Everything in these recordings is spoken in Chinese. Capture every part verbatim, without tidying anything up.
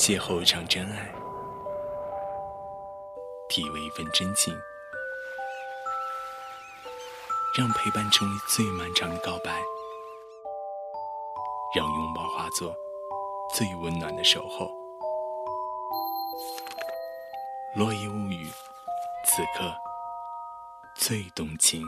邂逅一场真爱，体味一份真情，让陪伴成为最漫长的告白，让拥抱化作最温暖的守候。落叶物语，此刻最动情。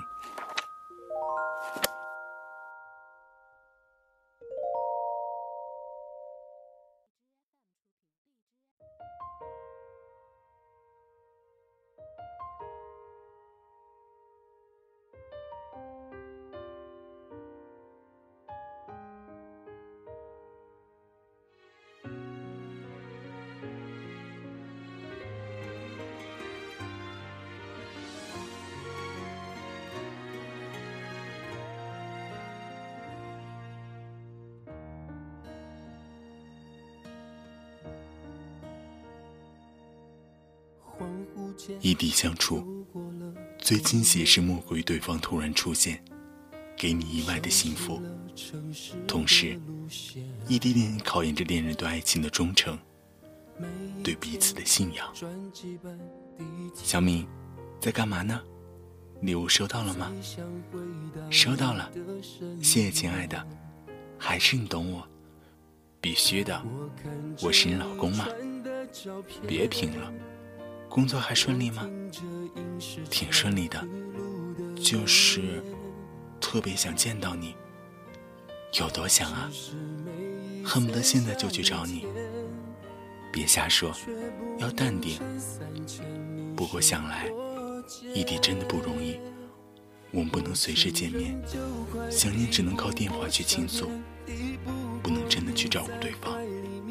异地相处，最惊喜是莫过于对方突然出现，给你意外的幸福。同时，异地恋考验着恋人对爱情的忠诚，对彼此的信仰。小敏，在干嘛呢？礼物收到了吗？收到了，谢谢亲爱的，还是你懂我，必须的，我是你老公嘛。别拼了，工作还顺利吗？挺顺利的，就是特别想见到你。有多想啊，恨不得现在就去找你。别瞎说，要淡定。不过想来异地真的不容易，我们不能随时见面，想念只能靠电话去倾诉，不能真的去照顾对方。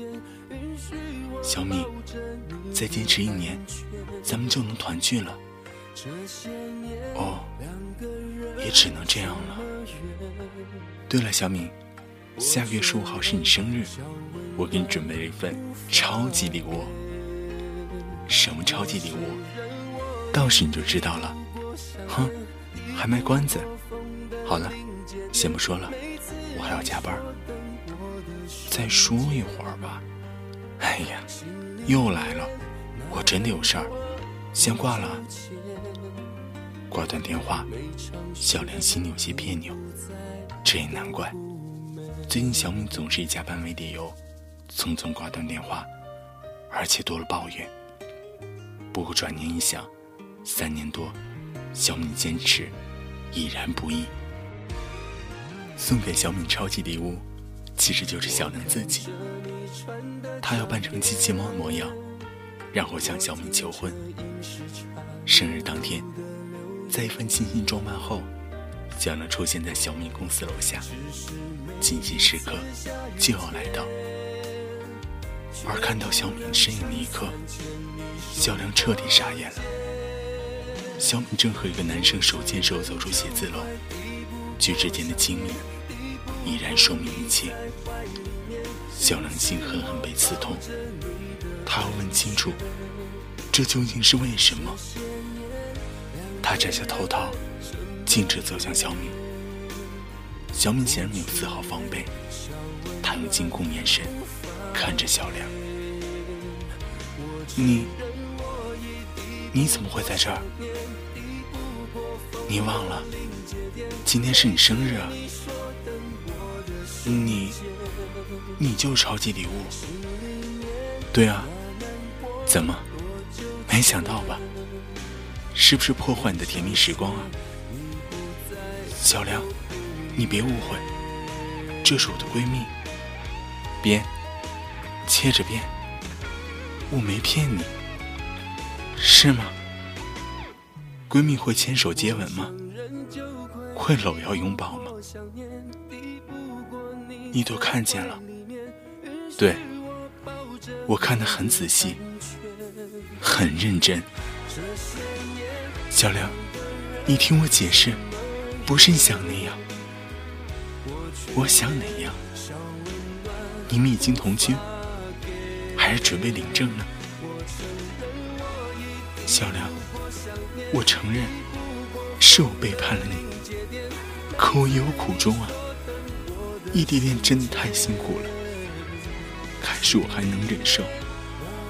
小米，再坚持一年，咱们就能团聚了。哦，也只能这样了。对了，小敏，下个月十五号是你生日，我给你准备了一份超级礼物。什么超级礼物？到时你就知道了。哼，还卖关子。好了，先不说了，我还要加班。再说一会儿吧。哎呀，又来了，我真的有事儿，先挂了。挂断电话，小梁心里有些别扭。这也难怪，最近小敏总是以加班为理由匆匆挂断电话，而且多了抱怨。不过转念一想，三年多小敏坚持已然不易。送给小敏超级礼物其实就是小梁自己，他要扮成机器猫模样，然后向小敏求婚。生日当天，在一番精心装扮后，小梁出现在小敏公司楼下，惊喜时刻就要来到。而看到小敏身影的一刻，小梁彻底傻眼了。小敏正和一个男生手牵手走出写字楼，举止间的亲密已然说明一切。小梁心狠狠被刺痛，他要问清楚，这究竟是为什么。他摘下头套，径直走向小敏。小敏显然没有丝毫防备，他用惊恐眼神看着小梁。你你怎么会在这儿？你忘了今天是你生日啊。你你就是超级礼物。对啊，怎么没想到吧？是不是破坏你的甜蜜时光啊？小梁，你别误会，这是我的闺蜜。别接着变，我没骗你。是吗？闺蜜会牵手接吻吗？会搂腰拥抱吗？你都看见了。对，我看得很仔细，很认真。小梁，你听我解释，不是你想那样，我想哪样？你们已经同居，还是准备领证呢？小梁，我承认是我背叛了你，可我也有苦衷啊。异地恋真的太辛苦了，开始我还能忍受，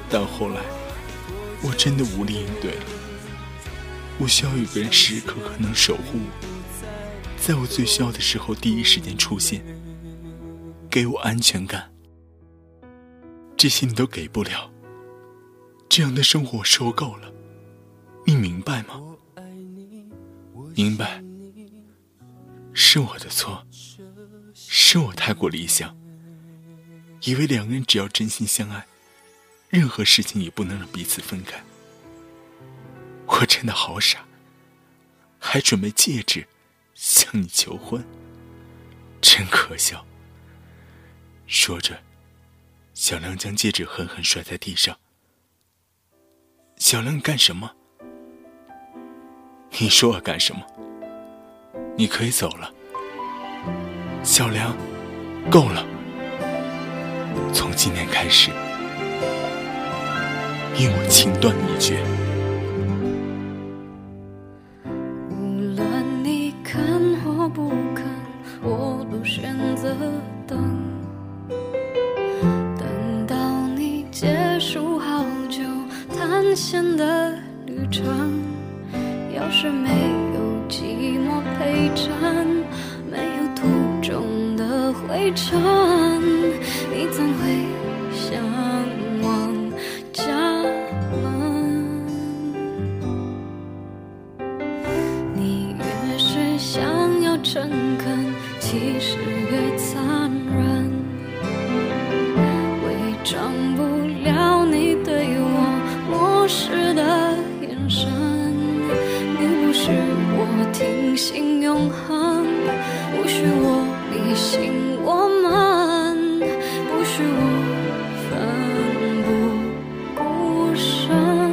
到后来，我真的无力应对了。我需要有个人时时刻刻能守护我，在我最需要的时候第一时间出现，给我安全感。这些你都给不了，这样的生活我受够了，你明白吗？明白，是我的错，是我太过理想，以为两个人只要真心相爱，任何事情也不能让彼此分开。我真的好傻，还准备戒指向你求婚，真可笑。说着，小亮将戒指狠狠摔在地上。小亮干什么？你说我干什么？你可以走了。小亮，够了。从今天开始，因我情断义绝。 无论你肯或不肯，我都选择等。等到你结束好久探险的旅程，要是没有寂寞陪衬，没有途中的灰尘，你怎会向往家门？你越是想要诚恳，其实越残忍，伪装不了你对我漠视的眼神。你不许我听信永恒，不许我迷信我们，不许我奋不顾身。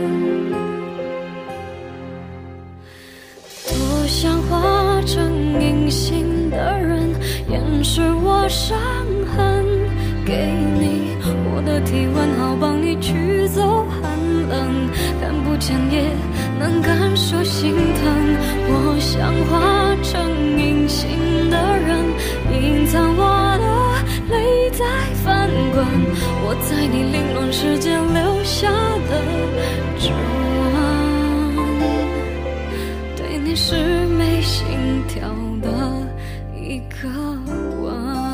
多想化成隐形的人，掩饰我伤痕，给你我的体温，好帮你驱走寒冷，看不见也能感受心疼。我想化成隐形的人，隐藏我的泪在翻滚，我在你凌乱世界留下的指纹，对你是没心跳的一个吻。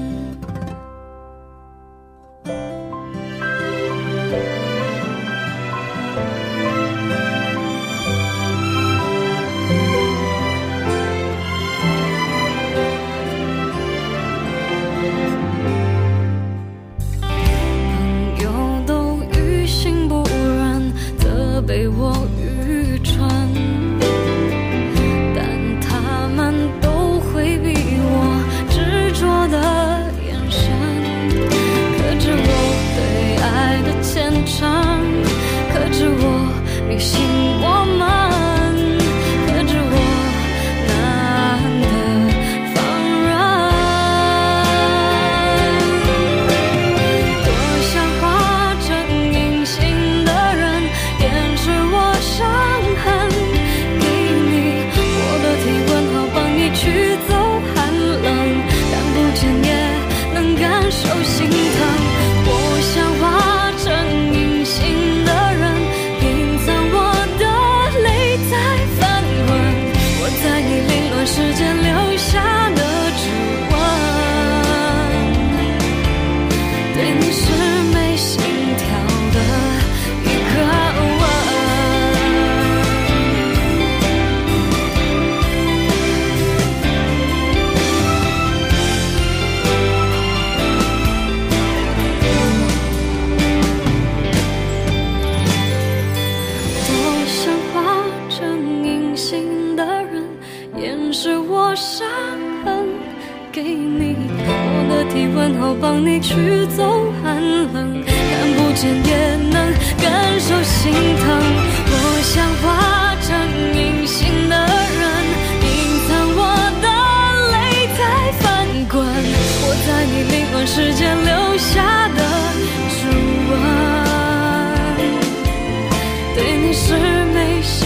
被我愚蠢，但他们都回避我执着的眼神，克制我对爱的虔诚，克制我迷信我们，克制我难得放任。多想化成隐形的人，掩饰我伤痕，给你我的体温，好帮你驱走寒冷，看不见也能感受心疼。我想化成隐形的人，隐藏我的泪在翻滚，我在你凌乱世界留下的指纹，对你是没心跳的一个吻。掩饰我伤痕，给你我的体温，好帮你驱走寒冷，看不见也能感受心疼。我想化成隐形的人，隐藏我的泪在翻滚，我在你灵魂世界留下的指纹，对你是没